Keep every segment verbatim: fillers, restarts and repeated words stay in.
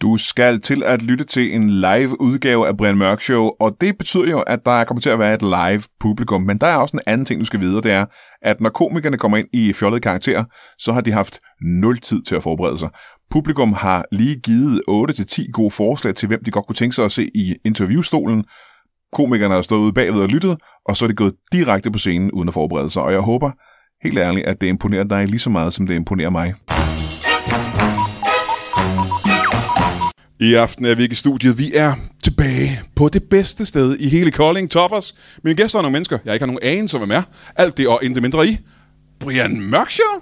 Du skal til at lytte til en live udgave af Brian Mørk Show, og det betyder jo, at der kommer til at være et live publikum. Men der er også en anden ting, du skal vide, det er, at når komikerne kommer ind i fjollede karakterer, så har de haft nul tid til at forberede sig. Publikum har lige givet otte til ti gode forslag til, hvem de godt kunne tænke sig at se i interviewstolen. Komikerne har stået ude bagved og lyttet, og så er de gået direkte på scenen uden at forberede sig. Og jeg håber helt ærligt, at det imponerer dig lige så meget, som det imponerer mig. I aften er vi ikke i studiet. Vi er tilbage på det bedste sted i hele Kolding. Toppers. Mine gæster er nogle mennesker, jeg ikke har nogen anelse om, hvem er. Alt det og intet mindre i Brian Mørk Show.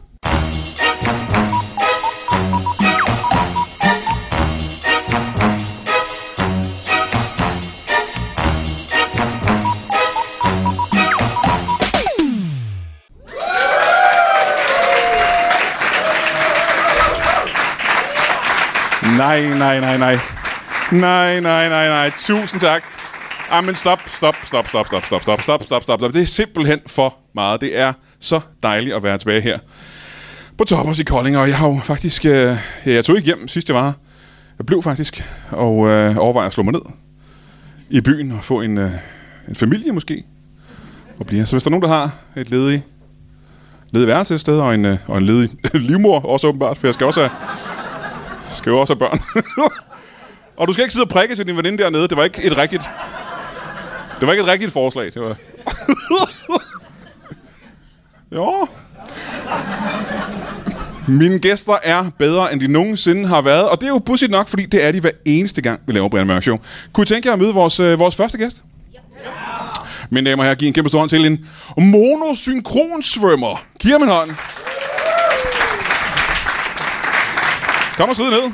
Nej, nej, nej, nej. Nej, nej, nej, nej. Tusind tak. Jamen stop, stop, stop, stop, stop, stop, stop, stop, stop, stop. Det er simpelthen for meget. Det er så dejligt at være tilbage her på Toppers i Kolding. Og jeg har jo faktisk... Øh, jeg tog ikke hjem sidst jeg var. Jeg blev faktisk og øh, overvejer at slå mig ned i byen og få en, øh, en familie måske. Og blive. Så hvis der er nogen, der har et ledig, ledig værelse et sted og en, øh, og en ledig livmor også åbenbart, for jeg skal også have... Skal jo også have børn. Og du skal ikke sidde og prikke til din veninde dernede. Det var ikke et rigtigt... Det var ikke et rigtigt forslag. Det var... Jo. Mine gæster er bedre, end de nogensinde har været. Og det er jo pudsigt nok, fordi det er de hver eneste gang, vi laver Brian Mørk Show. Kunne I tænke jer at møde vores, øh, vores første gæst? Ja. Mine damer og herrer, giv en kæmpe stor hånd til en monosynkronsvømmer. Giv ham en hånd. Kom og sidde ned.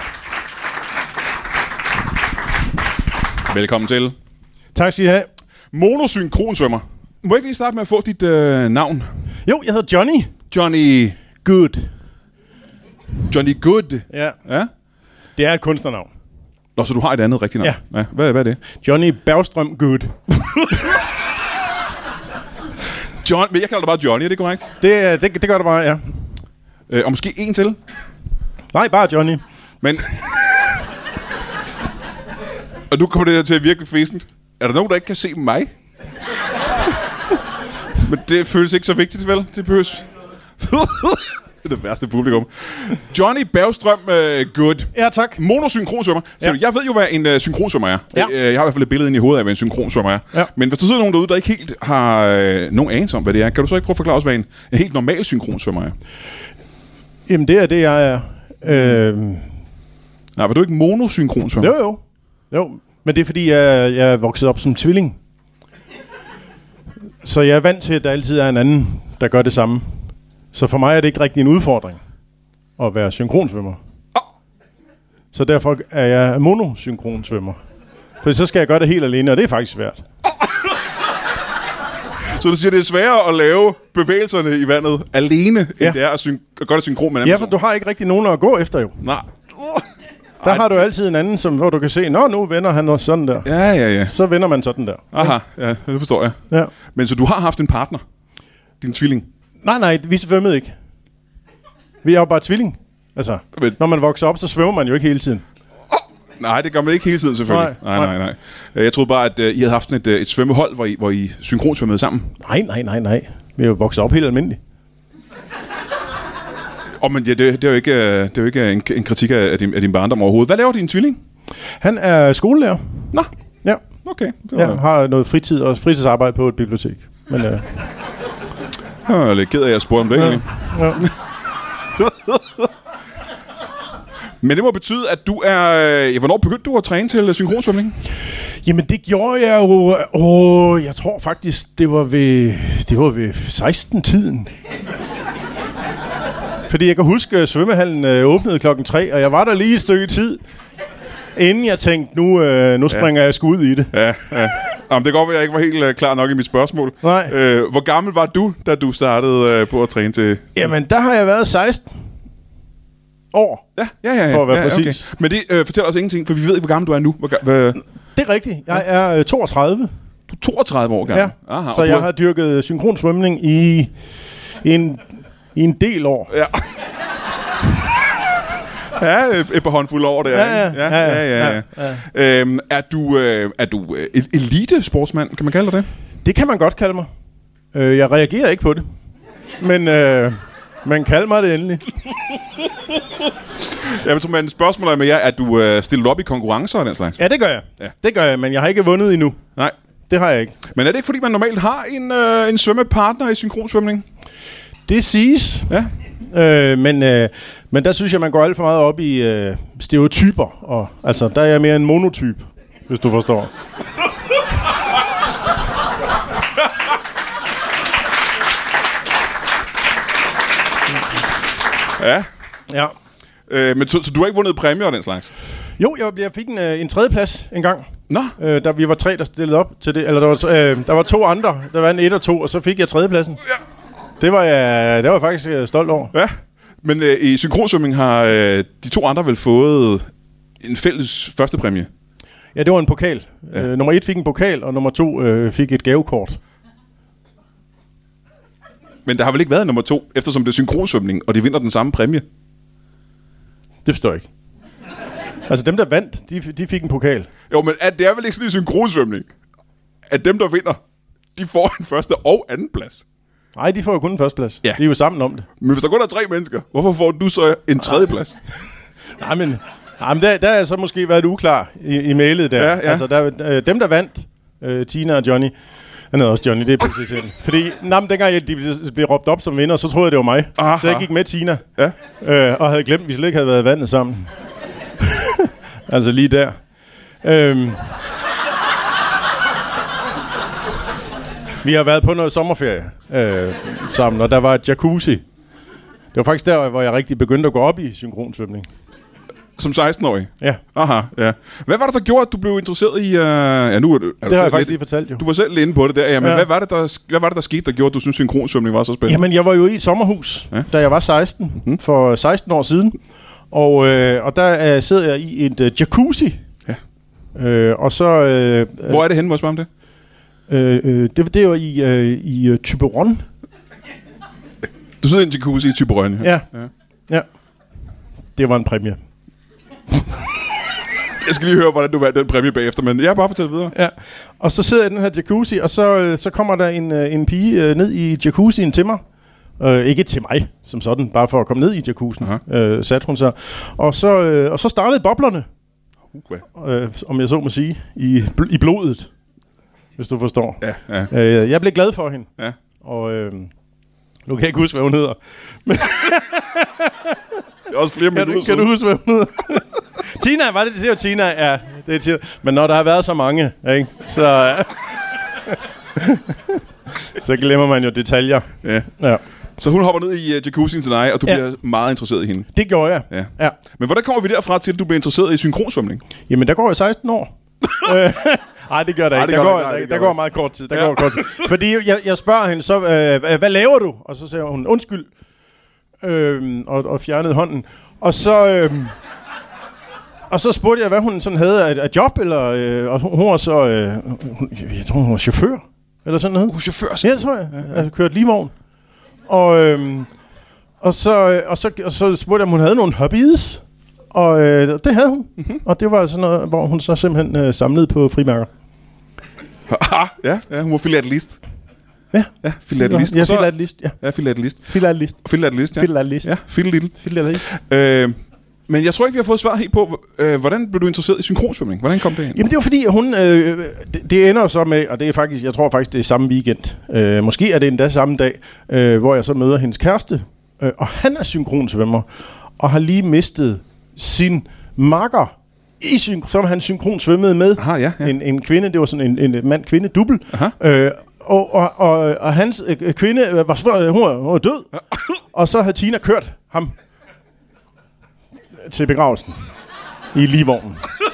Velkommen til. Tak skal I have. Monosynkronsvømmer. Må jeg ikke lige starte med at få dit øh, navn? Jo, jeg hedder Johnny. Johnny... Good. Johnny Good? Ja. Ja? Det er et kunstnernavn. Nå, så du har et andet rigtigt navn? Ja. Ja. Hvad, hvad er det? Johnny Bergstrøm Good. John, men jeg kalder dig bare Johnny, er det korrekt? Det, det, det gør det bare, ja. Øh, og måske en til? Nej, bare Johnny. Men... og nu kommer det her til at virke fæsent. Er der nogen, der ikke kan se mig? Men det føles ikke så vigtigt, vel? Det behøves... det er det værste publikum. Johnny Bergstrøm uh, Good. Ja, tak. Monosynkronsvømmer. Ja. Jeg ved jo, hvad en uh, synkronsvømmer er. Ja. Jeg, jeg har i hvert fald et billede inde i hovedet af, hvad en synkronsvømmer er. Ja. Men hvis der sidder nogen derude, der ikke helt har uh, nogen anelse om, hvad det er, kan du så ikke prøve at forklare os, hvad en, en helt normal synkronsvømmer er? Jamen, det er det, jeg er. Øh... Nej, var du ikke monosynkronsvømmer? Jo, jo. Jo, men det er, fordi jeg, jeg er vokset op som tvilling. Så jeg er vant til, at der altid er en anden, der gør det samme. Så for mig er det ikke rigtig en udfordring at være synkronsvømmer. Oh. Så derfor er jeg monosynkronsvømmer. For så skal jeg gøre det helt alene, og det er faktisk svært. Så du siger, det er sværere at lave bevægelserne i vandet alene, ja. end det er at, syn- at gøre det synkron med en Ja, anden for du har ikke rigtig nogen at gå efter jo. Nej. Der Ej, har du altid en anden, som, hvor du kan se, nå, nu vender han også sådan der. Ja, ja, ja. Så vender man sådan der. Aha, ja, det forstår jeg. Ja. Men så du har haft en partner? Din tvilling? Nej, nej, vi svømmede ikke. Vi er jo bare tvilling. Altså, Men, når man vokser op, så svømmer man jo ikke hele tiden. nej, det gør man ikke hele tiden selvfølgelig. Nej, nej, nej. nej. Jeg troede bare, at uh, I havde haft et, uh, et svømmehold, hvor I, hvor I synkronsvømmede sammen. Nej, nej, nej, nej. Vi er jo vokset op helt almindeligt. Oh, men ja, det, det er jo ikke, uh, det er jo ikke en, en kritik af, af, din, af din barndom overhovedet. Hvad laver din tvilling? Han er skolelærer. Nå, Ja. okay. Det Jeg var... har noget fritid og fritidsarbejde på et bibliotek. Men, øh... Jeg er lidt ked af, at jeg spurgte om det, ja. egentlig. Ja. Men det må betyde, at du er... Ja, hvornår begyndte du at træne til synkronsvømning? Jamen, det gjorde jeg jo... Åh, jeg tror faktisk, det var ved... Det var ved seksten-tiden. Fordi jeg kan huske, at svømmehallen øh, åbnede klokken tre, og jeg var der lige et stykke tid, inden jeg tænkte, nu, øh, nu springer ja. jeg sgu ud i det. Ja, ja. Jamen, det går godt, at jeg ikke var helt øh, klar nok i mit spørgsmål. Nej. Øh, hvor gammel var du, da du startede øh, på at træne til... Jamen, der har jeg været seksten år. Ja, ja, ja. ja. For at være ja, præcis. Okay. Men det øh, fortæller os ingenting, for vi ved ikke, hvor gammel du er nu. Hvor ga- hvad... Det er rigtigt. Jeg er øh, toogtredive. Du er toogtredive år gammel? Ja, Aha, så jeg har... har dyrket synkronsvømning i en, i en del år. Ja. Ja, et, et par håndfulde over der. Ja, ja, ja, ja, ja, ja, ja. ja. Øhm, er du, øh, er du øh, elite-sportsmand, kan man kalde dig det? Det kan man godt kalde mig. Øh, jeg reagerer ikke på det. Men øh, man kalder mig det endelig. Jeg tror, men spørgsmålet er med jer, er du øh, stillet op i konkurrencer og den slags? Ja, det gør jeg. Ja. Det gør jeg, men jeg har ikke vundet endnu. Nej. Det har jeg ikke. Men er det ikke, fordi man normalt har en, øh, en svømmepartner i synkronsvømning? Det siges. Ja. Øh, men, øh, men der synes jeg, man går alt for meget op i øh, stereotyper. Og, altså, der er jeg mere en monotyp, hvis du forstår. Ja. Ja. Øh, men så, så du har ikke vundet præmier og den slags? Jo, jeg, jeg fik en, øh, en tredjeplads en gang. Nå. Øh, der vi var tre, der stillede op til det. Eller der var, øh, der var to andre. Der var en et og to, og så fik jeg tredjepladsen. Ja. Det var jeg, det var jeg faktisk øh, stolt over. Ja. Men øh, i synkronsvømning har øh, de to andre vel fået en fælles første præmie? Ja, det var en pokal. Ja. Øh, nummer et fik en pokal, og nummer to øh, fik et gavekort. Men der har vel ikke været nummer to, eftersom det er synkronsvømning, og de vinder den samme præmie? Det forstår jeg ikke. Altså dem, der vandt, de, de fik en pokal. Jo, men at det er vel ikke sådan i synkronsvømning, at dem, der vinder, de får en første og anden plads? Nej, de får jo kun en førsteplads. Ja. De er jo sammen om det. Men hvis der kun er tre mennesker, hvorfor får du så en tredje plads? Nej, men, nej, men der, der er så måske været uklar i, i mailet der. Ja, ja. Altså, der, øh, dem, der vandt, øh, Tina og Johnny, han hedder også Johnny, det er præcis til. Fordi nej, men dengang de blev råbt op som vinder, så troede jeg, det var mig. Aha. Så jeg gik med Tina, ja. øh, og havde glemt, at vi slet ikke havde været i vandet sammen. Altså lige der. Øhm. Vi har været på noget sommerferie øh, sammen, og der var et jacuzzi. Det var faktisk der, hvor jeg rigtig begyndte at gå op i synkronsvømning. Som seksten-årig? Ja. Aha, ja. Hvad var det, der gjorde, at du blev interesseret i... Uh... Ja, nu er du, er det har jeg faktisk lidt... lige fortalt, jo. Du var selv inde på det der, ja. Men ja. Hvad, var det, der, hvad var det, der skete, der gjorde, at du synes synkronsvømning var så spændende? Jamen, jeg var jo i et sommerhus, ja. Da jeg var seksten, mm-hmm. for seksten år siden. Og, øh, og der øh, sidder jeg i et øh, jacuzzi. Ja. Øh, og så... Øh, Hvor er det henne, må jeg spørge om det? Øh, øh, det, det var i, øh, i uh, Thyborøn. Du sidder i en jacuzzi i Thyborøn? Ja. Ja. Ja. Det var en præmie. Jeg skal lige høre, hvordan du vandt den præmie bagefter, men jeg har bare fortalt videre. Ja. Og så sidder jeg i den her jacuzzi, og så, så kommer der en, en pige ned i jacuzzien til mig. Øh, ikke til mig, som sådan, bare for at komme ned i jacuzzien, øh, satte hun sig. Og så, øh, og så startede boblerne, okay. øh, om jeg så må sige, i, bl- i blodet, hvis du forstår. Ja, ja. Øh, jeg blev glad for hende. Ja. Og øh, nu kan jeg ikke huske, hvad hun hedder. Det er også flere minutter kan, kan du huske, hvad hun hedder? Tina, var det? Det er jo Tina, ja. Det er Tina. Men når der har været så mange, ikke, så, så glemmer man jo detaljer. Ja. Ja. Så hun hopper ned i uh, jacuzzien til dig, og du ja. bliver meget interesseret i hende. Det gjorde jeg. Ja. Ja. Men hvordan kommer vi derfra til, at du bliver interesseret i synkronsvømning? Jamen, der går jeg seksten år. Nej, det gør der ikke. Der, går, der, der går meget kort tid. Der ja. går kort tid. Fordi jeg, jeg spørger hende så, øh, hvad laver du? Og så siger hun, undskyld. Øh, og, og fjernede hånden. Og så... Øh, Og så spurgte jeg, hvad hun sådan havde af, af job, eller øh, og hun var så, øh, hun, jeg tror hun var chauffør, eller sådan noget. Hun chauffør? Ja, det tror jeg. Ja, ja. Jeg kørte livvogn. Og, øh, og, så, og, så, og så spurgte jeg, om hun havde nogle hobbies, og øh, det havde hun. Mm-hmm. Og det var sådan noget, hvor hun så simpelthen øh, samlede på frimærker. ja, ja, hun var filatelist. Ja, ja, filatelist. Ja, filatelist, ja. Ja, filatelist. Filatelist. Filatelist, ja. Filatelist. Ja, filatelist. Filatelist. Øh, Men jeg tror ikke, vi har fået svar helt på, øh, hvordan blev du interesseret i synkronsvømning? Hvordan kom det ind? Jamen det var fordi, hun, øh, det, det ender så med, og det er faktisk, jeg tror faktisk, det er samme weekend. Øh, måske er det endda samme dag, øh, hvor jeg så møder hendes kæreste. Øh, og han er synkronsvømmer, og har lige mistet sin makker, i syn- som han synkronsvømmede med. Aha, ja, ja. En, en kvinde, det var sådan en, en mand-kvinde-dubbel. Øh, og, og, og, og hans øh, kvinde, var, hun, var, hun var død, og så havde Tina kørt ham til begravelsen i livvognen.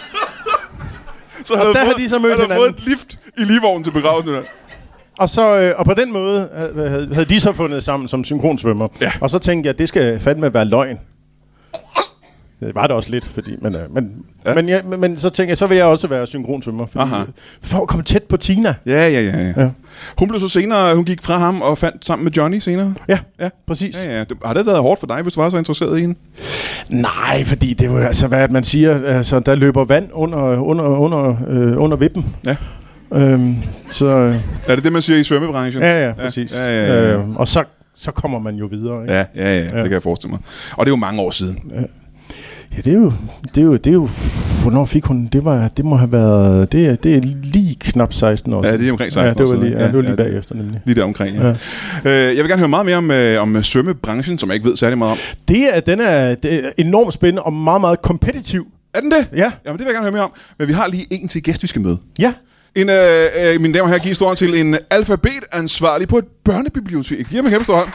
Så havde, der fået, havde de så mødt havde hinanden. fået et lift i livvognen til begravelsen. Og så øh, og på den måde havde, havde de så fundet sammen som synkronsvømmer. Ja. Og så tænkte jeg, at det skal fandme være løgn. Det var det også lidt, fordi, men, øh, men, ja. men, ja, men, men så tænker jeg, så vil jeg også være synkronsvømmer. Fordi, øh, for at komme tæt på Tina. Ja, ja, ja, ja. ja. Hun blev så senere, hun gik fra ham og fandt sammen med Johnny senere. Ja, ja, præcis. Ja, ja. Har det været hårdt for dig, hvis du var så interesseret i hende? Nej, fordi det var altså, hvad man siger, altså, der løber vand under, under, under, øh, under vippen. Ja. Øhm, så, er det det, man siger i svømmebranchen? Ja, ja, præcis. Ja, ja, ja, ja. Øhm, og så, så kommer man jo videre. Ikke? Ja, ja, ja, ja, det kan jeg forestille mig. Og det er jo mange år siden. Ja. Ja, det er jo, det er jo, det er jo, hvornår fik hun, det var, det må have været, det er, det er lige knap seksten år. Ja, det er omkring seksten år. Ja, det var lige, år ja, det var lige ja, bagefter nemlig. Lige der omkring, ja. ja. Øh, jeg vil gerne høre meget mere om, øh, om svømmebranchen, som jeg ikke ved særlig meget om. Det er, den er, det er enormt spændende og meget, meget kompetitiv. Er den det? Ja. Jamen, det vil jeg gerne høre mere om. Men vi har lige en til gæst, vi skal møde. Ja. En, øh, øh, mine damer og herrer, giver historien til en alfabetansvarlig på et børnebibliotek. Giv mig en kæmpe stor hånd.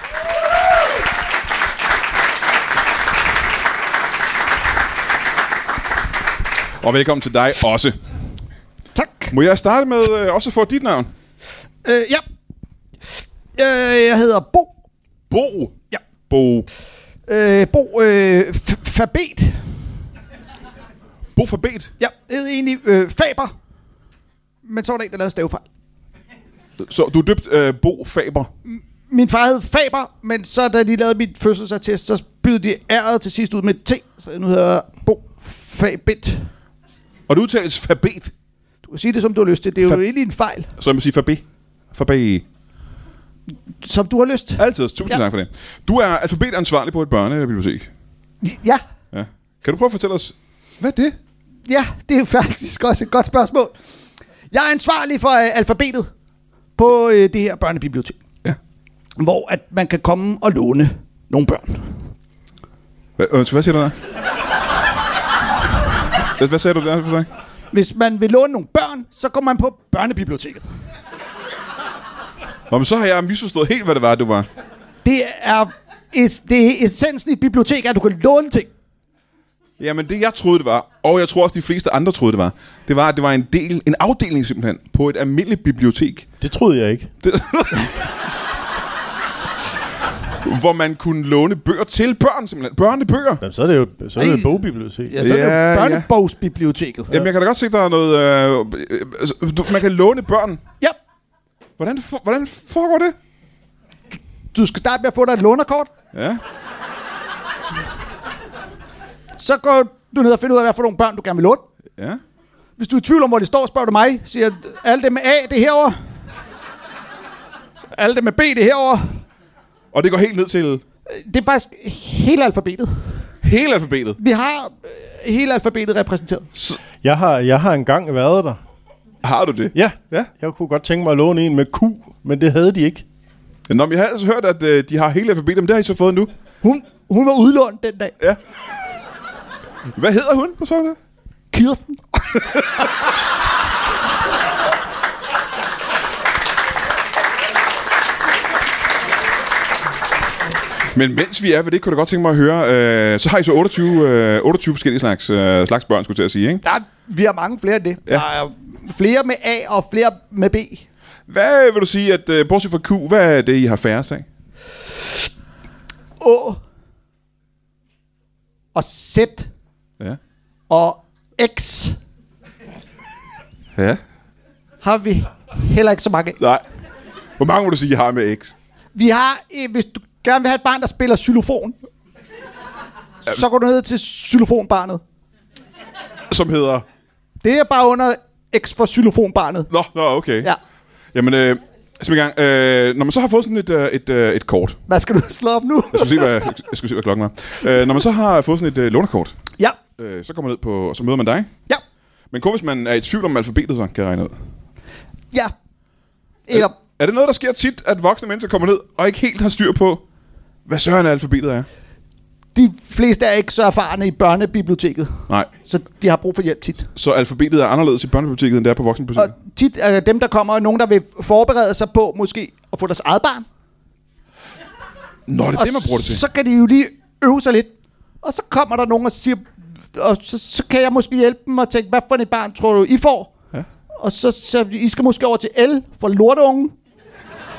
Og velkommen til dig også. Tak. Må jeg starte med øh, også at få dit navn? Øh, ja. Øh, jeg hedder Bo. Bo? Ja. Bo. Øh, Bo øh, f- Fabet. Bo Fabet? Ja, jeg hed egentlig øh, Faber. Men så var der en, der lavede stavefejl. Så du er døbt øh, Bo Faber? M- min far hed Faber, men så da de lavede mit fødselsattest, så byttede de R'et til sidst ud med et T. Så nu hedder jeg Bo Fabet. Og det udtales Fabet? Du kan sige det, som du har lyst til. Det er jo Fab- egentlig en fejl. Så jeg må sige Fabet? Fabet? Som du har lyst. Altid. Tusind ja. tak for det. Du er alfabetansvarlig på et børnebibliotek. Ja. Ja. Kan du prøve at fortælle os, hvad er det? Ja, det er faktisk også et godt spørgsmål. Jeg er ansvarlig for øh, alfabetet på øh, det her børnebibliotek. Ja. Hvor at man kan komme og låne nogle børn. Hvad, øh, hvad siger du der? hvad, hvad sagde du der for sig? Hvis man vil låne nogle børn, så går man på børnebiblioteket. Nå, men så har jeg misforstået helt, hvad det var, du var. Det er, es, det er essensen i et bibliotek, at du kan låne ting. Jamen det jeg troede det var, og jeg tror også de fleste andre troede det var, det var at det var en del, en afdeling simpelthen på et almindeligt bibliotek. Det troede jeg ikke. Det hvor man kunne låne bøger til børn simpelthen, børnebøger. Jamen, så er det jo så er det et bogbibliotek. Ja, så er det ja, jo børnebogsbiblioteket. Ja. Jamen jeg kan da godt se der er noget, øh, øh, du, man kan låne børn. Ja. Hvordan for, hvordan foregår det? Du, du skal starte med at få dig et lånerkort. Ja. Så går du ned og finder ud af, hvad for nogle børn, du gerne vil låne. Ja. Hvis du er i tvivl om, hvor de står, spørger du mig. Siger, alle det med A, det er herovre. Alle det med B, det er herovre. Og det går helt ned til... Det er faktisk hele alfabetet. Hele alfabetet? Vi har øh, hele alfabetet repræsenteret. Så. Jeg har, jeg har engang været der. Har du det? Ja. ja. Jeg kunne godt tænke mig at låne en med Q, men det havde de ikke. Nå, men jeg har altså hørt, at øh, de har hele alfabetet, men det har I så fået nu. Hun, hun var udlånt den dag. Ja. Hvad hedder hun på sådan der? Kirsten. Men mens vi er ved det, kunne jeg godt tænke mig at høre, øh, så har I så otteogtyve, øh, otteogtyve forskellige slags, øh, slags børn, skulle jeg til at sige, ikke? Der, vi har mange flere end det. Ja. Der er flere med A og flere med B. Hvad vil du sige, at øh, bortset fra Q, hvad er det, I har færrest af? Å. Og Z. Ja. Og X. Ja. Har vi heller ikke så mange af. Nej. Hvor mange må du sige, I har med X? Vi har, hvis du gerne vil have et barn, der spiller xylofon, ja. så går du ned til xylofonbarnet. Som hedder? Det er bare under X for xylofonbarnet. Nå, nå, okay. Ja. Jamen, øh, så i gang. Øh, når man så har fået sådan et, øh, et, øh, et kort. Hvad skal du slå op nu? Jeg skal se, hvad, jeg skal se, hvad klokken er. Øh, når man så har fået sådan et øh, lånerkort, ja. øh, så kommer man ned på, og så møder man dig. Ja. Men kun hvis man er i tvivl om alfabetet, så kan jeg regne ud. Ja. Eller... Er, er det noget, der sker tit, at voksne mennesker kommer ned og ikke helt har styr på, hvad søren alfabetet er? De fleste er ikke så erfarne i børnebiblioteket. Nej. Så de har brug for hjælp tit. Så alfabetet er anderledes i børnebiblioteket, end det er på voksenbiblioteket? Og tit er dem, der kommer, nogen, der vil forberede sig på måske at få deres eget barn. Nå, det er og det, man bruger det til. Så kan de jo lige øve sig lidt. Og så kommer der nogen og siger, og så, så kan jeg måske hjælpe dem og tænke, hvad for et barn tror du, I får? Ja. Og så, så I skal måske over til L for lorteungen.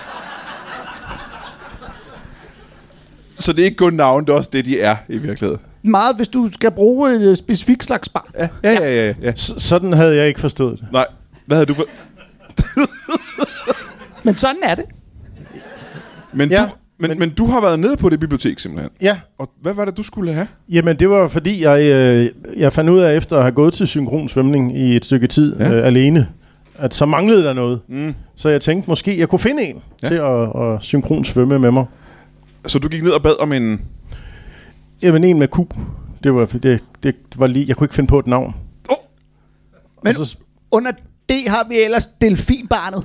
Så det er ikke kun navn, det er også det, de er i virkeligheden. meget, hvis du skal bruge et specifikt slags barn. Ja, ja, ja. ja, ja. S- sådan havde jeg ikke forstået det. Nej, hvad havde du for... Men sådan er det. Men, Ja, du, men, men- men du har været nede på det bibliotek simpelthen. Ja. Og hvad var det, du skulle have? Jamen, det var fordi, jeg, øh, jeg fandt ud af, efter at have gået til synkronsvømning i et stykke tid Ja. øh, alene, at så manglede der noget. Mm. Så jeg tænkte, måske jeg kunne finde en Ja. ja. til at, at synkronsvømme med mig. Så du gik ned og bad om en... Jamen, en med Q. Det var, det, det var lige, jeg kunne ikke finde på et navn. Oh! Men Og så, under det har vi ellers delfinbarnet.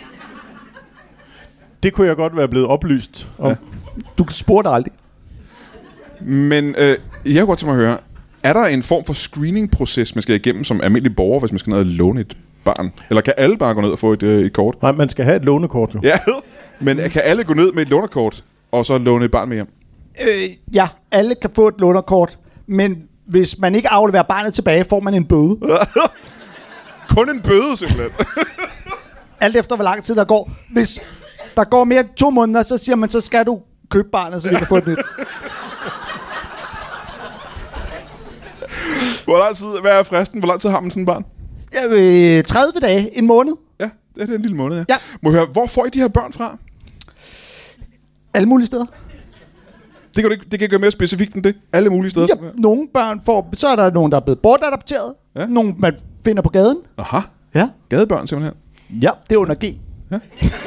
det kunne jeg godt være blevet oplyst om. Ja. Du spurgte aldrig. Men øh, jeg kunne godt tænke mig at høre, er der en form for screening-proces, man skal igennem som almindelig borger, hvis man skal ned og låne et barn? Eller kan alle bare gå ned og få et, øh, et kort? Nej, man skal have et lånekort jo. Ja, men kan alle gå ned med et lånerkort, og så låne et barn med hjem? Øh, ja, alle kan få et lånerkort, men hvis man ikke afleverer barnet tilbage, får man en bøde. Kun en bøde, simpelthen. Alt efter, hvor lang tid der går. Hvis der går mere end to måneder, så siger man, så skal du købe barnet, så de kan få et nyt. Hvor lang tid, hvad er fristen? Hvor lang tid har man sådan et barn? Ja, øh, tredive dage, en måned. Ja, det er en lille måned, ja. Ja. Må jeg høre, hvor får I de her børn fra? Alle mulige steder. Det kan, du ikke, det kan ikke gøre mere specifikt end det. Alle mulige steder. Ja, nogle børn får... Så er der nogen, der er blevet bortadopteret. Ja. Nogle, man finder på gaden. Aha, Ja. gadebørn simpelthen. Ja, det er under G. Ja.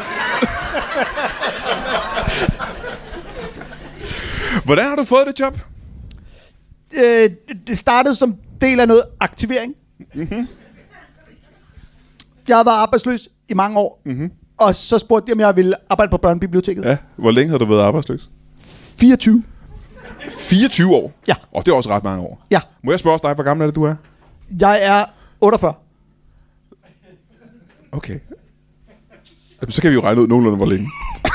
Hvordan har du fået det job? Øh, det startede som del af noget aktivering. Mm-hmm. Jeg har været arbejdsløs i mange år. Mm-hmm. Og så spurgte de, om jeg ville arbejde på børnebiblioteket. Ja, hvor længe har du været arbejdsløs? fireogtyve. fireogtyve år? Ja. Og det er også ret mange år. Ja. Må jeg spørge dig, hvor gammel er det, du er? Jeg er otteogfyrre. Okay. Jamen, så kan vi jo regne ud nogenlunde, hvor længe.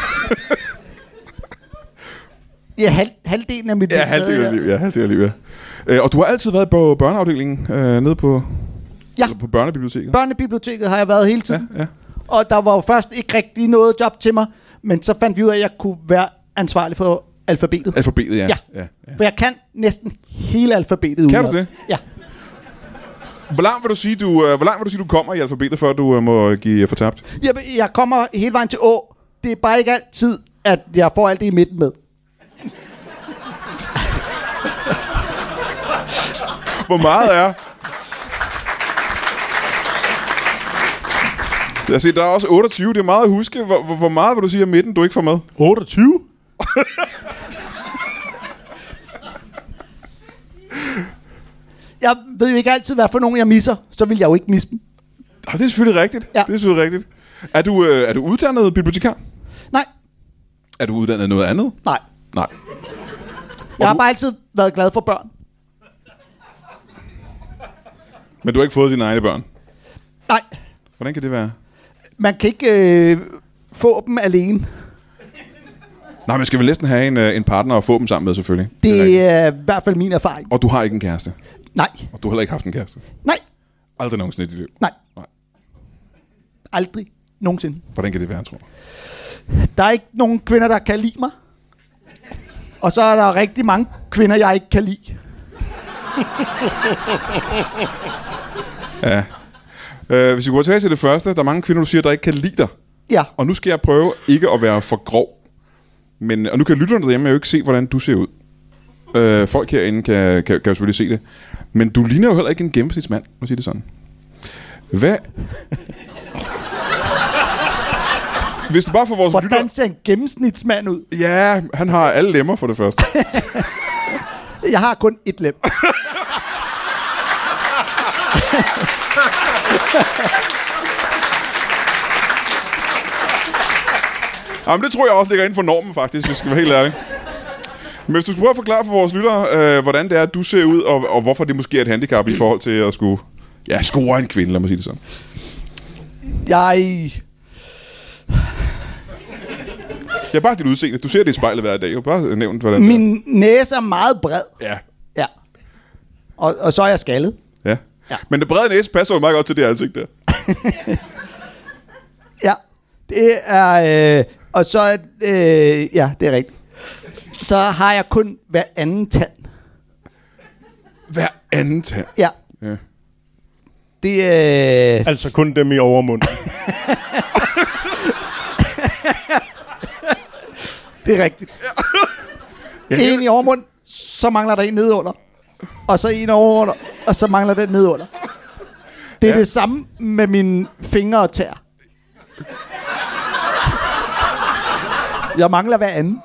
Ja, halv, halvdelen af mit Ja, halvdelen af liv. Ja, halvdelen af liv, ja. Øh, og du har altid været på børneafdelingen øh, nede på, Ja. eller på børnebiblioteket? Børnebiblioteket har jeg været hele tiden. Ja, ja. Og der var jo først ikke rigtig noget job til mig. Men så fandt vi ud af, at jeg kunne være ansvarlig for alfabetet. Alfabetet, ja. Ja. ja, ja. For jeg kan næsten hele alfabetet. Kan udenad. du det? Ja. Hvor langt vil du sige, du, øh, hvor langt vil du sige, du kommer i alfabetet, før du øh, må give fortabt? Jeg, jeg kommer hele vejen til Å. Det er bare ikke altid, at jeg får alt det i midten med. Hvor meget er... Jeg siger, der er også otteogtyve. Det er meget at huske. Hvor, hvor, hvor meget vil du sige af midten, du ikke får med? otteogtyve? Jeg ved jo ikke altid, hvad for nogen jeg misser. Så vil jeg jo ikke misse dem. Ah, det er selvfølgelig rigtigt. Ja. Det er selvfølgelig rigtigt. Er du, øh, er du uddannet bibliotekar? Nej, Er du uddannet noget andet? nej. Nej. Jeg har du- bare altid været glad for børn. Men du har ikke fået dine egne børn? Nej, Hvordan kan det være? man kan ikke øh, få dem alene. Nej, man skal vel næsten have en, øh, en partner at få dem sammen med, selvfølgelig. Det rigtigt. er i hvert fald min erfaring. Og du har ikke en kæreste. Nej, Og du har heller ikke haft en kæreste. nej, Aldrig nogensinde i dit liv. nej. Nej. Aldrig nogensinde. Hvordan kan det være, tror du? Der er ikke nogen kvinder, der kan lide mig. Og så er der rigtig mange kvinder, jeg ikke kan lide. Ja. Øh, hvis vi går tilbage til det første, der er mange kvinder, du siger, der ikke kan lide dig. Ja, Og nu skal jeg prøve ikke at være for grov. Men, og nu kan lytterne derhjemme jo ikke se, hvordan du ser ud. Øh, folk herinde kan, kan, kan jo selvfølgelig se det. Men du ligner jo heller ikke en gennemsnitsmand, må sige det sådan. Hvad? Hvis du bare får vores lytter... hvordan ser en gennemsnitsmand ud? Ja, han har alle lemmer for det første. Jeg har kun et lem. Jamen, det tror jeg også ligger inden for normen, faktisk, hvis jeg skal være helt ærlig. Men hvis du skulle prøve at forklare for vores lyttere, øh, hvordan det er, at du ser ud, og, og hvorfor det måske er et handicap i forhold til at skulle... Ja, score en kvinde, lad mig sige det sådan. Jeg... Ja, bare dit udseende. Du ser det i spejlet hver dag. Jo. Bare nævnt, hvordan det Min næse er meget bred. er. Ja. Ja. Og, og så er jeg skaldet. Ja. Ja. Men det brede næse passer jo meget godt til det ansigt der. Ja. Det er... Øh, og så... er- Øh, ja, det er rigtigt. Så har jeg kun hver anden tand. Hver anden tær. Ja. ja. Det er... Øh... Altså kun dem i overmunden. Det er rigtigt. Ja. En i overmund, så mangler der en nedunder. Og så en over, og så mangler den nedunder. Det er ja. det samme med mine fingre og tær. Jeg mangler hver anden.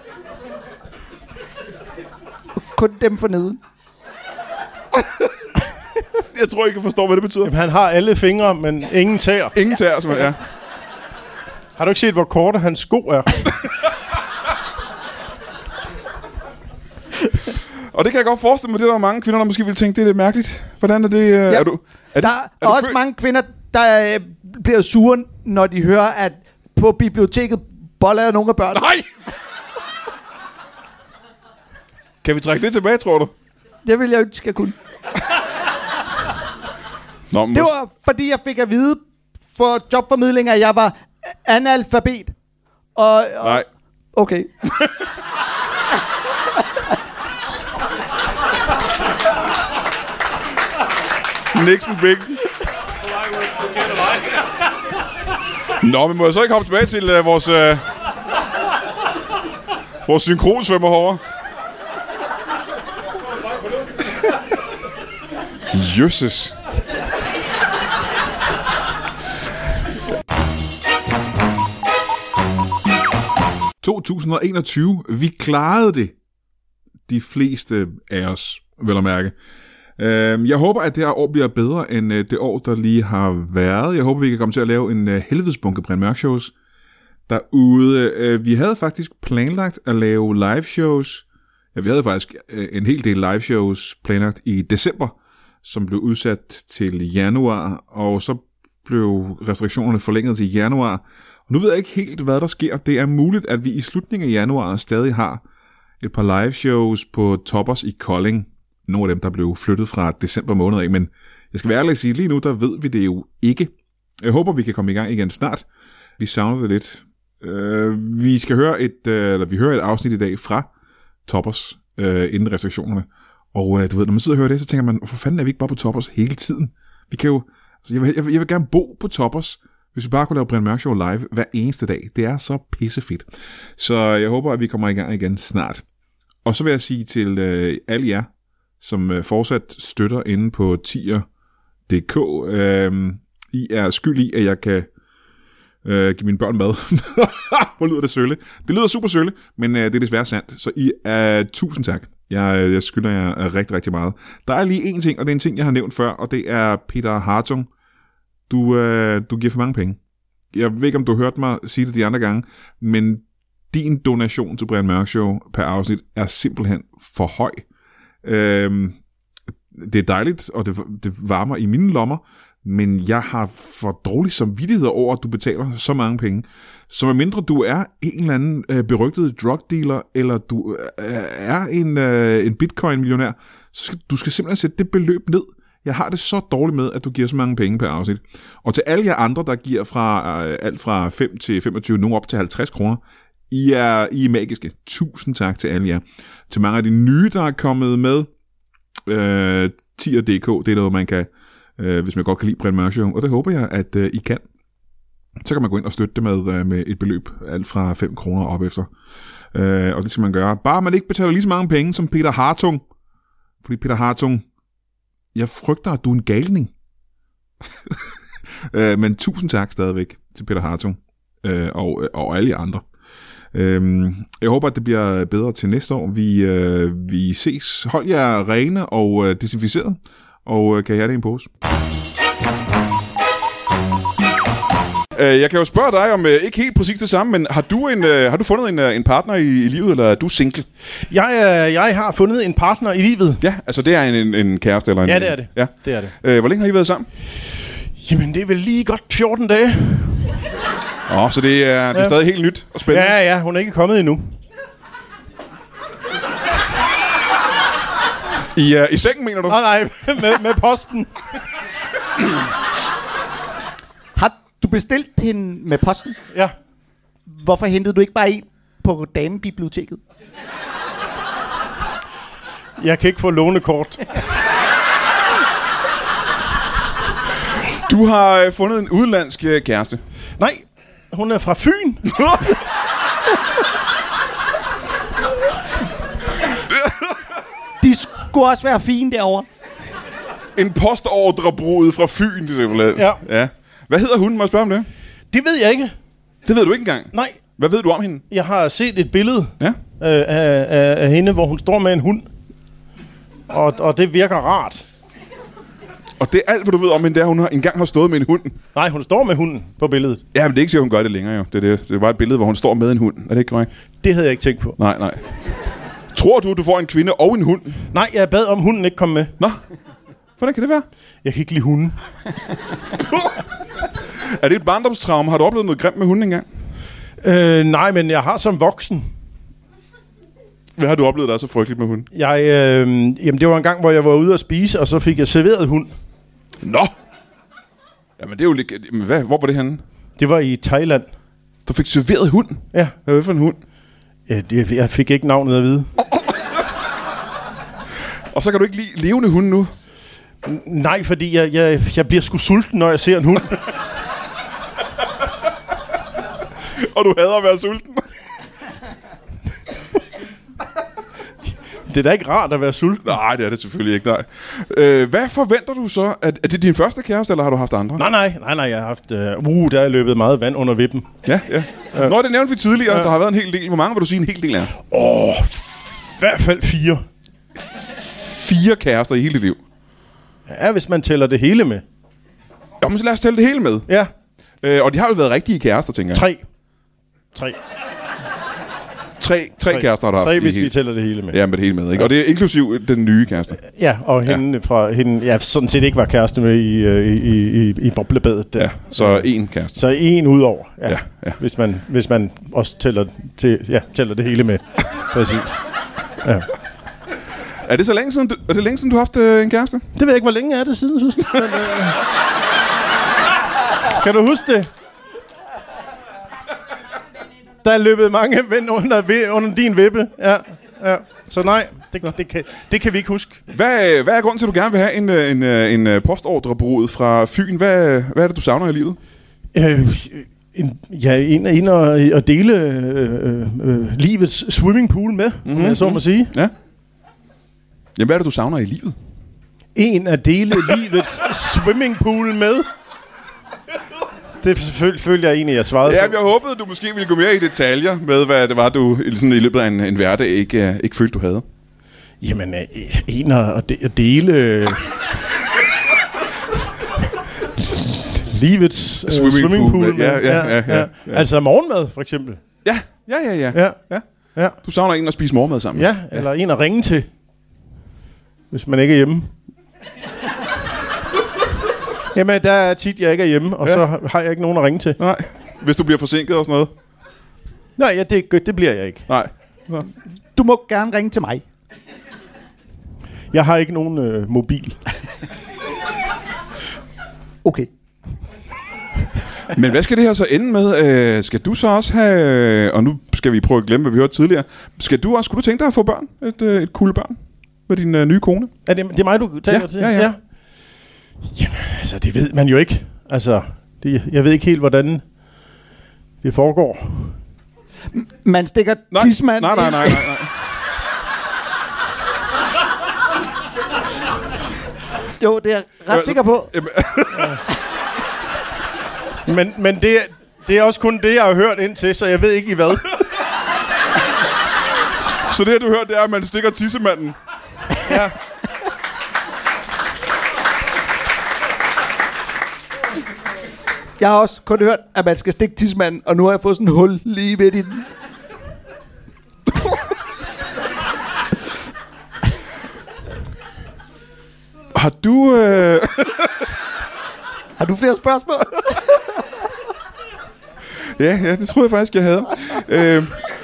Kun dem for neden. Jeg tror ikke, jeg forstår, hvad det betyder. Jamen, han har alle fingre, men ingen tær. Ingen tær, som ja. Har du ikke set, hvor korte hans sko er? Og det kan jeg godt forestille mig, det er der mange kvinder, der måske vil tænke, det er lidt mærkeligt. Hvordan er det? Uh, ja. er du, er der det, er, er også føl- mange kvinder, der øh, bliver sure, når de hører, at på biblioteket boller jeg nogle af børn. Nej! Kan vi trække det tilbage, tror du? Det vil jeg ønske, jeg kunne. Nå, det var, fordi jeg fik at vide for jobformidling, at jeg var analfabet. Og, og Nej. Okay. Nixon Bixen. Nå, men må jeg så ikke hoppe tilbage til uh, vores, uh, vores synkronsvømmer herovre? Jøsses. to tusind og enogtyve. Vi klarede det. De fleste af os, vel at mærke. Jeg håber, at det her år bliver bedre end det år, der lige har været. Jeg håber, vi kan komme til at lave en helvedesbunke Brian Mørk shows derude. Vi havde faktisk planlagt at lave live shows. Ja, vi havde faktisk en hel del live shows planlagt i december, som blev udsat til januar, og så blev restriktionerne forlænget til januar. Og nu ved jeg ikke helt, hvad der sker. Det er muligt, at vi i slutningen af januar stadig har et par live shows på Toppers i Kolding. Nogle af dem, der blev flyttet fra december måned af, men jeg skal være ærlig at sige, lige nu, der ved vi det jo ikke. Jeg håber, vi kan komme i gang igen snart. Vi savner det lidt. Uh, vi skal høre et, uh, eller vi hører et afsnit i dag fra Toppers, uh, inden restriktionerne. Og uh, du ved, når man sidder og hører det, så tænker man, hvorfor fanden er vi ikke bare på Toppers hele tiden? Vi kan jo, altså, jeg, vil, jeg, vil, jeg vil gerne bo på Toppers, hvis vi bare kunne lave Brian Mørk Show live hver eneste dag. Det er så pissefedt. Så jeg håber, at vi kommer i gang igen snart. Og så vil jeg sige til uh, alle jer, som uh, fortsat støtter inde på tier punktum d k. Uh, I er skyld i, at jeg kan uh, give mine børn mad. Hvor lyder det sølle? Det lyder super sølle, men uh, det er desværre sandt. Så I er uh, tusind tak. Jeg, jeg skylder jer rigtig, rigtig meget. Der er lige en ting, og det er en ting, jeg har nævnt før, og det er Peter Hartung. Du, uh, du giver for mange penge. Jeg ved ikke, om du har hørt mig sige det de andre gange, men din donation til Brian Mørk Show per afsnit er simpelthen for høj. Øhm, det er dejligt, og det, det varmer i mine lommer, men jeg har for dårlig samvittighed over, at du betaler så mange penge. Så medmindre du er en eller anden øh, berygtet drug dealer, eller du øh, er en, øh, en bitcoin-millionær, så skal, du skal simpelthen sætte det beløb ned. Jeg har det så dårligt med, at du giver så mange penge per afsnit. Og til alle jer andre, der giver fra øh, alt fra fem til femogtyve, nu op til halvtreds kroner, I er, I er magiske. Tusind tak til alle jer. Til mange af de nye, der er kommet med, øh, tier punktum d k, det er noget, man kan, øh, hvis man godt kan lide Brian Mørk Show, og det håber jeg, at øh, I kan. Så kan man gå ind og støtte det med, øh, med et beløb, alt fra fem kroner op efter. Øh, og det skal man gøre. Bare man ikke betaler lige så mange penge som Peter Hartung. Fordi Peter Hartung, jeg frygter, at du er en galning. øh, men tusind tak stadigvæk til Peter Hartung øh, og, og alle andre. Øhm, jeg håber, at det bliver bedre til næste år. Vi, øh, vi ses. Hold jer rene og øh, desinficeret, og øh, kan jeg have det i en pose. Øh, jeg kan jo spørge dig om øh, ikke helt præcis det samme, men har du, en, øh, har du fundet en, øh, en partner i, i livet, eller er du single? Jeg, øh, jeg har fundet en partner i livet. Ja, altså det er en, en, en kæreste eller en... Ja, det er det. Ja. Det er det. Øh, hvor længe har I været sammen? Jamen, det er vel lige godt fjorten dage. Åh, oh, så det er, ja. det er stadig helt nyt og spændende. Ja, ja, hun er ikke kommet endnu. I, uh, i sengen, mener du? Nej, nej, med, med posten. Har du bestilt hende med posten? Ja. Hvorfor hentede du ikke bare en på damebiblioteket? Jeg kan ikke få lånekort. Du har øh, fundet en udenlandsk øh, kæreste. Nej, hun er fra Fyn. De skulle også være fine derovre. En postordrebrud fra Fyn, simpelthen. Ja. ja. Hvad hedder hun? Må jeg spørge om det? Det ved jeg ikke. Det ved du ikke engang? Nej. Hvad ved du om hende? Jeg har set et billede ja. øh, af, af, af hende, hvor hun står med en hund. Og, og det virker rart. Og det er alt, hvad du ved om hende, det er, hun har, engang har stået med en hund. Nej, hun står med hunden på billedet. Ja, men det er ikke sikkert, hun gør det længere jo. Det er, det. Det er bare et billede, hvor hun står med en hund. Er det ikke korrekt? Det havde jeg ikke tænkt på. Nej, nej. Tror du, du får en kvinde og en hund? Nej, jeg bad om, hunden ikke kom med. Nå, hvordan kan det være? Jeg kan ikke lide hunden. Er det et barndomstraume? Har du oplevet noget grimt med hunden engang? Øh, nej, men jeg har som voksen. Hvad har du oplevet, der er så frygteligt med hunden? Jeg, øh, jamen, det var en gang, hvor jeg var ude at spise, og så fik jeg serveret hund. Nå! Jamen, det er jo lidt... Men hvad, hvor var det henne? Det var i Thailand. Du fik serveret hund? Ja. Hvad var det for en hund? Ja, det, jeg fik ikke navnet at vide. Og så kan du ikke lide levende hunde nu? N- nej, fordi jeg, jeg, jeg bliver sgu sulten, når jeg ser en hund. Og du hader at være sulten? Det er da ikke rart at være sulten. Nej, det er det selvfølgelig ikke, nej. Øh, hvad forventer du så? Er, er det din første kæreste, eller har du haft andre? Nej, nej, nej, nej, jeg har haft... Uh, uh der er løbet meget vand under vippen. Ja, ja. ja. Nå, det nævnte vi tidligere, ja. Der har været en hel del. Hvor mange vil du sige en hel del af? Åh, oh, i hvert fald fire. Fire kærester i hele dit liv? Ja, hvis man tæller det hele med. Jamen, så lad os tælle det hele med. Ja. Øh, og de har jo været rigtige kærester, tænker jeg. Tre. Tre. Tre, tre, tre kærester har du haft. Tre, hvis hele... vi tæller det hele med. Ja, med det hele med, ikke? Ja. Og det er inklusiv den nye kæreste. Ja, og hende ja. fra hende, jeg sådan set ikke var kæreste med i, i, i, i boblebadet der. Ja, så én kæreste. Så en udover, ja. Ja, ja. Hvis man, hvis man også tæller, til, ja, tæller det hele med. Præcis. Ja. Er det så længe siden, du, er det længe siden, du har haft øh, en kæreste? Det ved jeg ikke, hvor længe er det siden, synes jeg. Men, øh... Kan du huske det? Der er løbet mange vind under, under din vippe. Ja, ja. Så nej, det, det, kan, det kan vi ikke huske. Hvad, hvad er grunden til, at du gerne vil have en, en, en postordrebrud fra Fyn? Hvad, hvad er det, du savner i livet? Øh, en, ja, en, en at, at dele øh, øh, livets swimmingpool med, mm-hmm. jeg så må sige. Ja. Jamen, hvad er det, du savner i livet? En at dele livets swimmingpool med. Det selvfølgelig følte jeg egentlig, jeg svarede. Ja, jeg håbede, du måske ville gå mere i detaljer med, hvad det var, du sådan, i løbet af en, en hverdag ikke, uh, ikke følte, du havde. Jamen, uh, en at, de, at dele... Uh, livets uh, swimming, swimming pool. pool med. Ja, ja, ja, ja, ja, ja. Altså morgenmad, for eksempel. Ja, ja, ja, ja. ja. ja. ja. Du savner en at spise morgenmad sammen. Ja, ja, eller en at ringe til, hvis man ikke er hjemme. Jamen, der er tit, jeg ikke er hjemme, og ja. så har jeg ikke nogen at ringe til. Nej, hvis du bliver forsinket og sådan noget. Nej, ja, det, det bliver jeg ikke. Nej. Nå. Du må gerne ringe til mig. Jeg har ikke nogen øh, mobil. Okay. Men hvad skal det her så ende med? Øh, skal du så også have... Og nu skal vi prøve at glemme, hvad vi hørte tidligere. Skal du også... Skulle du tænke dig at få børn? Et, øh, et cool børn? Med din øh, nye kone? Er det, det er mig, du taler ja, til? Ja, ja, ja. Jamen, altså, det ved man jo ikke. Altså, det, jeg ved ikke helt, hvordan det foregår. M- man stikker nej, tidsmand nej, nej, nej, nej, nej. Jo, det er jeg ret sikker på. men men det, det er også kun det, jeg har hørt indtil, så jeg ved ikke i hvad. Så det, du hørt, det er, at man stikker tissemanden? Ja. Jeg har også kun hørt, at man skal stikke tidsmanden, og nu har jeg fået sådan en hul lige midt i den. Har du... Øh... Har du flere spørgsmål? ja, ja, det troede jeg faktisk, jeg havde. øh...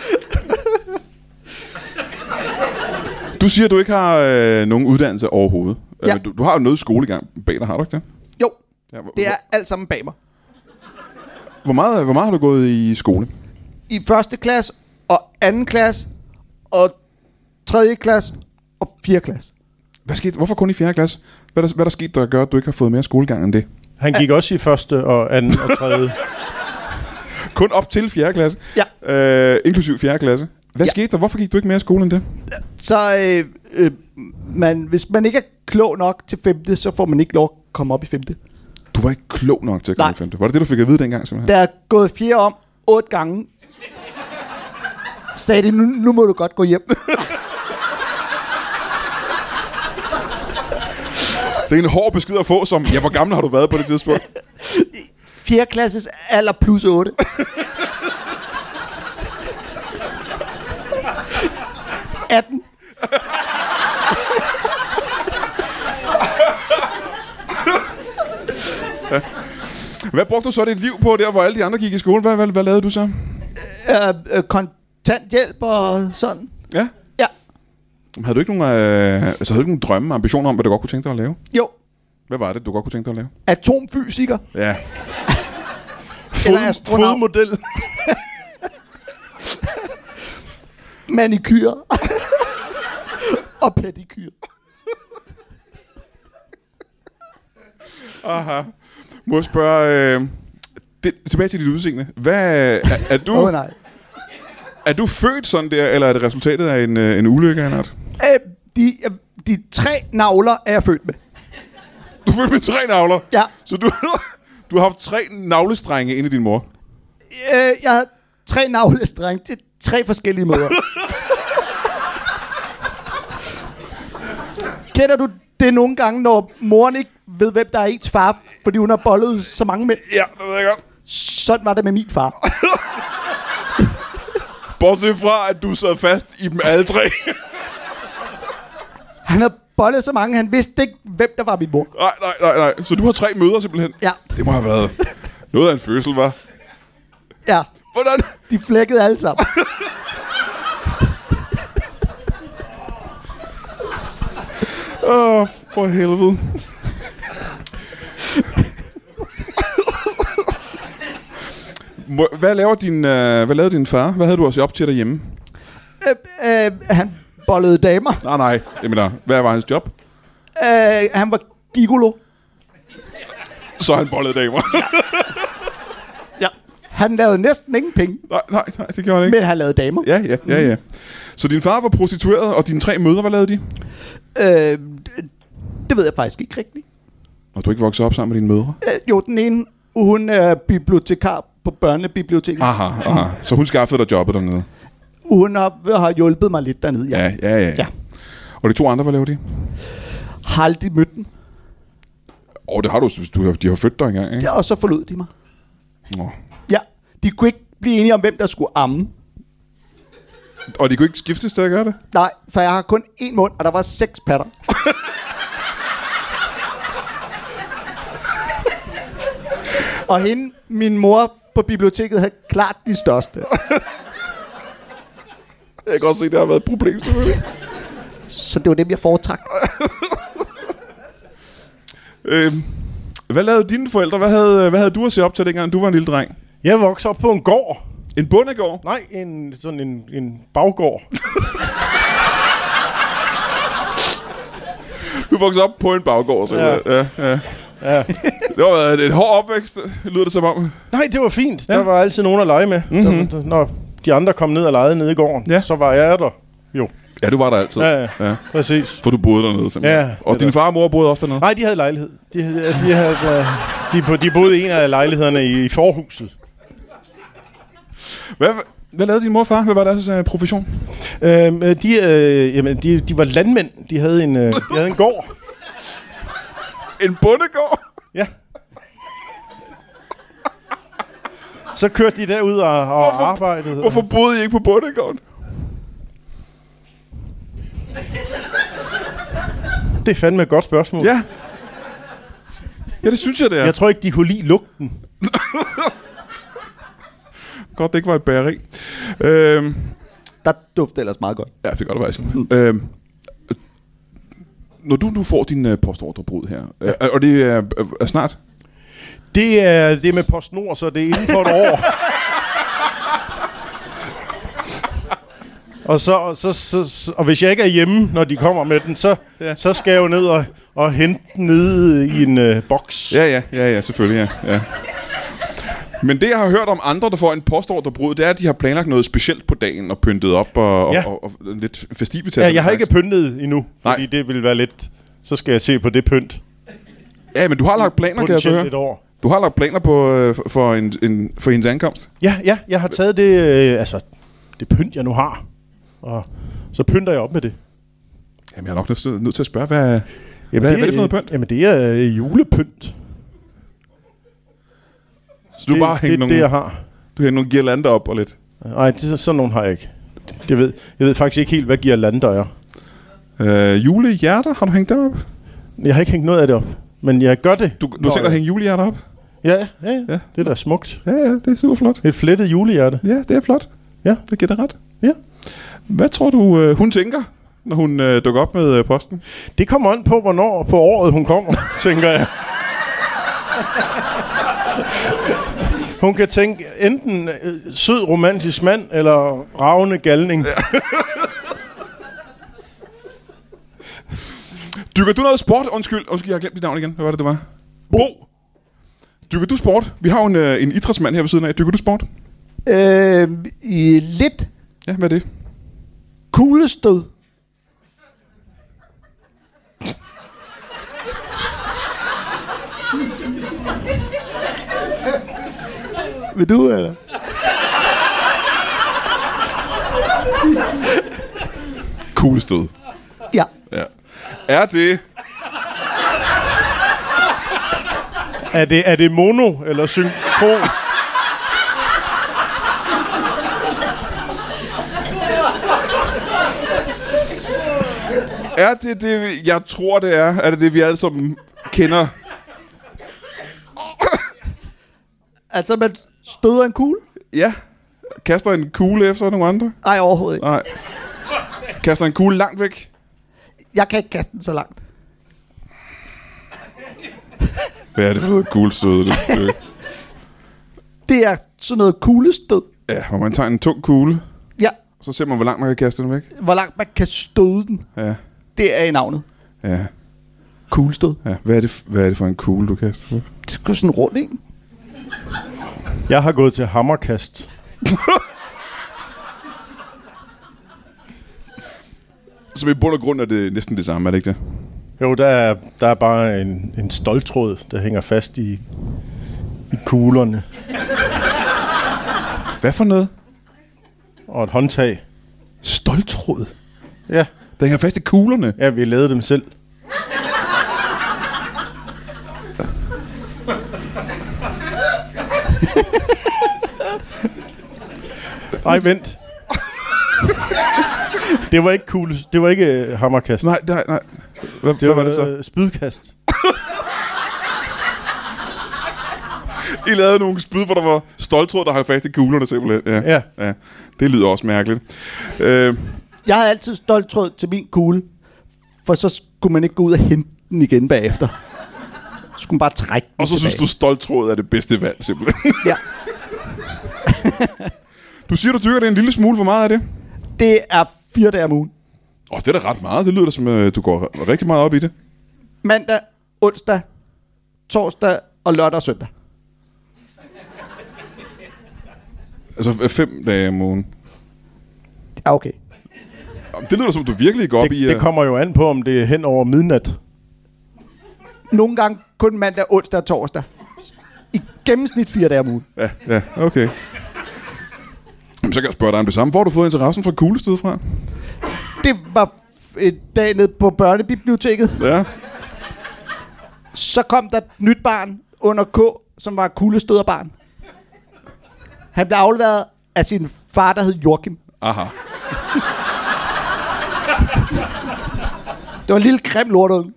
Du siger, at du ikke har øh, nogen uddannelse overhovedet. Ja. Men du, du har jo noget skolegang bag dig, har du ikke det? Jo, ja, hvor, det er alt sammen bag mig. Hvor meget, hvor meget har du gået i skole? I første klasse, og anden klasse, og tredje klasse, og fjerde klasse. Hvad skete? Hvorfor kun i fjerde klasse? Hvad er der, hvad er der sket, der gør, at du ikke har fået mere skolegang end det? Han gik ja. også i første og anden og tredje. Kun op til fjerde klasse? Ja. Øh, inklusiv fjerde klasse. Hvad ja. skete der? Hvorfor gik du ikke mere i skole end det? Så øh, øh, man, hvis man ikke er klog nok til femte, så får man ikke lov at komme op i femte. Du var ikke klog nok til at komme i femte. Var det det, du fik at vide dengang? Simpelthen? Der er gået fjerde om otte gange. Sagde de, nu, nu må du godt gå hjem. Det er en hård besked at få, som, ja, hvor gammel har du været på det tidspunkt? fjerde klasses alder plus otte. atten. Hvad brugte du så dit liv på der, hvor alle de andre gik i skole? Hvad, hvad, hvad lavede du så? Øh, øh, kontanthjælp og sådan. Ja? Ja. Havde du ikke nogen, øh, altså, havde du ikke nogen drømme, ambitioner om, hvad du godt kunne tænke dig at lave? Jo. Hvad var det, du godt kunne tænke dig at lave? Atomfysiker. Ja. Fod, fodmodel. Manikyr. Og pedikyr. Aha. Må jeg spørge... Øh, det, tilbage til dit udseende. Hvad er, er du... Åh, oh, nej. Er du født sådan der, eller er det resultatet af en, en ulykke af noget? Øh, de, de tre navler er jeg født med. Du er født med tre navler? Ja. Så du, du har haft tre navlestrenge inde i din mor? Øh, jeg har tre navlestrenge til tre forskellige måder. Kender du det nogle gange, når moren ikke ved, hvem der er ens far, fordi hun har bollet så mange med? Ja, det ved jeg godt. Sådan var det med min far. Bortset fra, at du sad fast i dem alle tre. Han har bollet så mange, han vidste ikke, hvem der var min mor. Nej, nej, nej, nej. Så du har tre mødre simpelthen? Ja. Det må have været noget af en fødsel, hva'? Ja. Hvordan? De flækkede alle sammen. Åh, oh, for helvede. Hvad laver din, øh, hvad lavede din far? Hvad havde du også op til derhjemme? Øh, øh, han bollede damer. Nej, nej. Jeg mener, hvad var hans job? Øh, han var gigolo. Så han bollede damer. Ja. Han lavede næsten ingen penge. Nej, nej, nej, det gjorde han ikke. Men han lavede damer. Ja, ja, ja, ja. Så din far var prostitueret, og dine tre mødre, hvad lavede de? Øh, det ved jeg faktisk ikke rigtigt. Og du er ikke vokset op sammen med dine mødre? Øh, jo, den ene, hun er bibliotekar på børnebiblioteket. Aha, aha. Så hun skaffede dig jobbet dernede? Hun har, har hjulpet mig lidt dernede, ja. Ja, ja, ja. ja. Og de to andre, hvad laver de? Har aldrig mødt den. Åh, oh, det har du, du de har født dig engang, ikke? Ja, og så forlod de mig. Nå. Ja, de kunne ikke blive enige om, hvem der skulle amme. Og de kunne ikke skiftes til at gøre det? Nej, for jeg har kun én mund, og der var seks patter. Og hende, min mor på biblioteket, havde klart de største. Jeg kan godt se, det har været et problem, selvfølgelig. Så det var dem, jeg foretrak. øhm, hvad lavede dine forældre? Hvad havde, hvad havde du at se op til, dengang du var en lille dreng? Jeg voksede op på en gård. En bondegård? Nej, en, sådan en, en baggård. Du voksede op på en baggård, så ja. Ja, ja. Ja. Det var et, et hård opvækst, lyder det som om. Nej, det var fint. Ja. Der var altid nogen at lege med. Mm-hmm. Der, der, når de andre kom ned og legede nede i gården, ja. så var jeg der. Jo. Ja, du var der altid. Ja, ja. ja. Præcis. For du boede dernede, simpelthen. Ja, og din far og mor boede også dernede? Nej, de havde lejlighed. De, havde, de, havde, de, de boede i en af lejlighederne i, i forhuset. Hvad, hvad lavede din mor og far? Hvad var deres uh, profession? Øhm, de, øh, jamen, de, de var landmænd. De havde en, øh, de havde en gård. En bondegård? Ja. Så kørte de derud og, og hvorfor, arbejdede. Hvorfor boede I ikke på bondegården? Det er fandme et godt spørgsmål. Ja. Ja, det synes jeg, det er. Jeg tror ikke, de kunne lide lugten. Godt, det ikke var et bageri. Øhm. Der duftede ellers meget godt. Ja, det gør det faktisk. Mm. Øhm. Når du nu får din uh, postordrebrud her, ja. øh, og det er, er snart? Det er, det er med PostNord, så det er inden for et år. Og, så, så, så, så, og hvis jeg ikke er hjemme, når de kommer med den, så, ja. så skal jeg jo ned og, og hente den nede i en øh, boks. Ja, ja, ja, ja, selvfølgelig, ja. ja. Men det, jeg har hørt om andre, der får en postordrebrud, det er, at de har planlagt noget specielt på dagen og pyntet op og, ja. og, og, og lidt festivitet. Ja, jeg har ikke pyntet endnu, fordi Nej. det vil være lidt... Så skal jeg se på det pynt. Ja, men du har lagt planer, kan jeg så høre. Et år. Du har lagt planer på, øh, for, en, en, for hendes ankomst? Ja, ja, jeg har taget det, øh, altså, det pynt, jeg nu har. Og så pynter jeg op med det. Jamen, jeg er nok nødt, nødt til at spørge, hvad, jamen, hvad, det, hvad er det for noget pynt? Jamen, det er øh, julepynt. Så du det, bare hænger det, nogle, det, jeg har. Du hænger nogle girlander op og lidt? Nej, det, sådan nogle har jeg ikke. Jeg ved, jeg ved faktisk ikke helt, hvad girlander er. Øh, julehjerter, har du hængt dem op? Jeg har ikke hængt noget af det op, men jeg gør det. Du, du har tænkt at hænge julehjerter op? Ja, ja, ja, ja. Det er da smukt. Ja, ja, det er super flot. Et flettet julehjerte. Ja, det er flot. Ja, det giver dig ret. Ja. Hvad tror du, øh, hun tænker, når hun øh, dukker op med øh, posten? Det kommer an på, hvornår på året hun kommer, tænker jeg. Hun kan tænke enten øh, sød romantisk mand, eller ravende galning. Ja. Dykker du noget sport? Undskyld, undskyld, jeg har glemt dit navn igen. Hvad var det, det var? Bo. Dykker du sport? Vi har jo en, øh, en idrætsmand her ved siden af. Dykker du sport? Øh, i lidt. Ja, hvad er det? Kuglestød. Vil du, eller? Kuglestød. Ja. Ja. Er det... Er det, er det mono eller synkron? Er det det, jeg tror, det er? Er det det, vi alle sammen kender? Altså, man støder en kugle? Ja. Kaster en kugle efter nogle andre? Nej, overhovedet ikke. Nej. Kaster en kugle langt væk? Jeg kan ikke kaste den så langt. Hvad er det for noget kuglestød? Det, det er sådan noget kuglestød. Ja, hvor man tager en tung kugle. Ja. Så ser man, hvor langt man kan kaste den væk. Hvor langt man kan støde den. Ja. Det er i navnet. Ja. Kuglestød. Ja. Hvad er det, hvad er det for en kugle, du kaster på? Det er sådan rundt en. Jeg har gået til hammerkast. Som i bund og grund er det næsten det samme, er det ikke det? Jo, der er, der er bare en, en ståltråd, der hænger fast i, i kuglerne. Hvad for noget? Og et håndtag. Ståltråd? Ja. Der hænger fast i kuglerne? Ja, vi lavede dem selv. Ej, vent. Det var ikke kugle, det var ikke uh, hammerkast. Nej, nej, nej. Hvad, det hvad var, var det så? Uh, spydkast. I lavede nogle spyd, hvor der var ståltråd, der hang fast i kuglerne simpelthen. Ja. Ja. Ja. Det lyder også mærkeligt. Øh. Jeg havde altid ståltråd til min kugle, for så skulle man ikke gå ud og hente den igen bagefter. Så skulle man bare trække den Og så tilbage. synes du, ståltråd er det bedste valg simpelthen. Ja. Du siger, du dykker det en lille smule. Hvor meget er det? Det er fire dage om ugen. Åh, oh, det er da ret meget. Det lyder da som, uh, du går rigtig meget op i det. Mandag, onsdag, torsdag og lørdag og søndag. Altså fem dage om ugen. Ja, okay. Det lyder som, du virkelig går op det, i... Uh... Det kommer jo an på, om det er hen over midnat. Nogle gange kun mandag, onsdag og torsdag. I gennemsnit fire dage om ugen. Ja, ja, okay. Jamen, så kan jeg spørge dig om det samme. Hvor har du fået interessen fra kuglestød fra? Det var en dag nede på børnebiblioteket. Ja. Så kom der et nyt barn under K, som var kuglestøderbarn. Han blev afleveret af sin far, der hed Joachim. Aha. Det var en lille grim lortunge.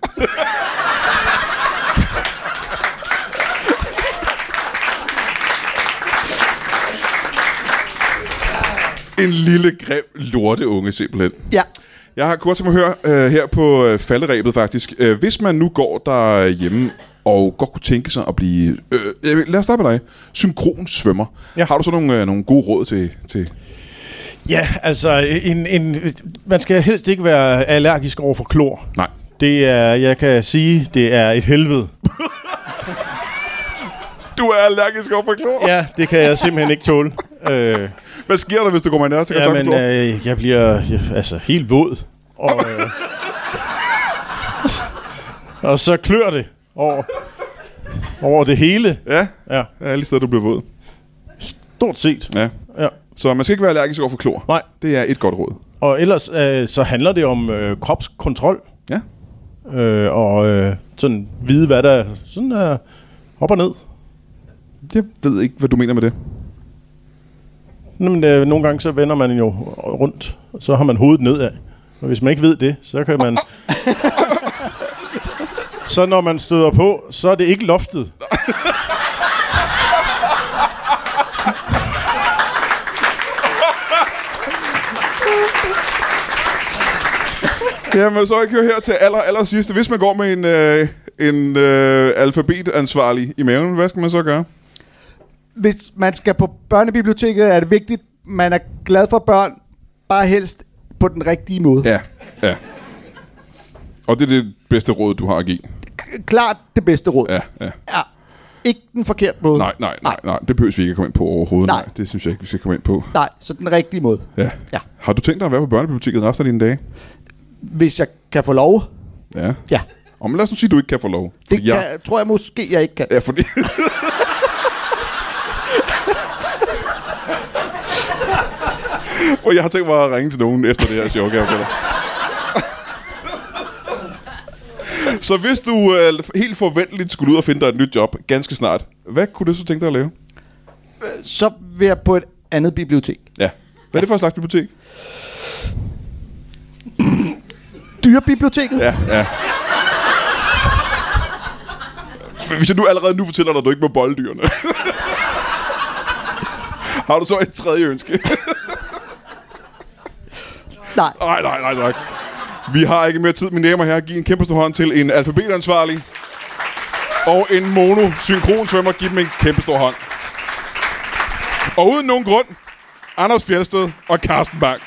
En lille, grim lorteunge simpelthen. Ja. Jeg har kort til at høre uh, her på uh, falderæbet faktisk. Uh, hvis man nu går derhjemme og godt kunne tænke sig at blive... Uh, lad os starte med dig. Synkronsvømmer. Ja. Har du så nogle, uh, nogle gode råd til... til Ja, altså, en, en, man skal helst ikke være allergisk over for klor. Nej. Det er, jeg kan sige, det er et helvede. Du er allergisk over for klor? Ja, det kan jeg simpelthen ikke tåle. Øh, Hvad sker der, hvis du kommer nær til ja, men, kartoffelklor? øh, jeg bliver jeg, altså helt våd. Og, øh, og så klør det over, over det hele. Ja, Ja, alle steder, du bliver våd. stort set. Ja. Ja. Så man skal ikke være allergisk over for klor. Nej. Det er et godt råd. Og ellers øh, så handler det om øh, kropskontrol. Ja. Øh, og øh, sådan vide, hvad der sådan er op og ned. Jeg ved ikke, hvad du mener med det. Nå, men, øh, nogle gange så vender man jo rundt, og så har man hovedet nedad. Og hvis man ikke ved det, så kan man... så når man støder på, så er det ikke loftet. Jamen, så ikke høre her til aller, aller sidste. Hvis man går med en, øh, en øh, alfabetansvarlig i maven, hvad skal man så gøre? Hvis man skal på børnebiblioteket, er det vigtigt, man er glad for børn, bare helst på den rigtige måde. Ja, ja. Og det er det bedste råd, du har at give. K- klart det bedste råd. Ja, ja. Ja. Ikke den forkerte måde. Nej, nej, nej, nej. Det behøver vi ikke at komme ind på overhovedet. Nej. Nej. Det synes jeg ikke, vi skal komme ind på. Nej, så den rigtige måde. Ja. Ja. Har du tænkt dig at være på børnebiblioteket resten af dine dage? Hvis jeg kan få lov. Ja. Ja. Og men lad os nu sige, at du ikke kan få lov. Det Fordi jeg... kan, tror jeg måske, jeg ikke kan. Ja, fordi... Og jeg har tænkt mig at ringe til nogen efter det her show, kan jeg fortælle dig. Så hvis du øh, helt forventeligt skulle ud og finde dig et nyt job ganske snart, hvad kunne du så tænke dig at lave? Så vil jeg på et andet bibliotek. Ja. Hvad er det for et slags bibliotek? Dyrebiblioteket? Ja, ja. Men hvis jeg nu allerede nu fortæller dig, at du ikke må bolddyrene. Har du så et tredje ønske? Nej. Nej, nej, nej, nej. Vi har ikke mere tid, mine damer og herrer. Giv en kæmpe stor hånd til en alfabetansvarlig og en mono-synkronsvømmer. Giv dem en kæmpe stor hånd. Og uden nogen grund, Anders Fjeldsted og Carsten Bang.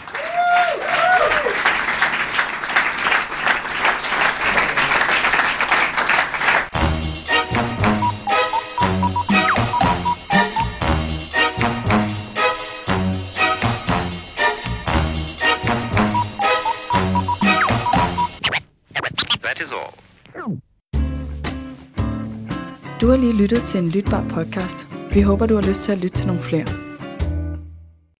That is all. Du har lige lyttet til en lytbar podcast. Vi håber, du har lyst til at lytte til nogle flere.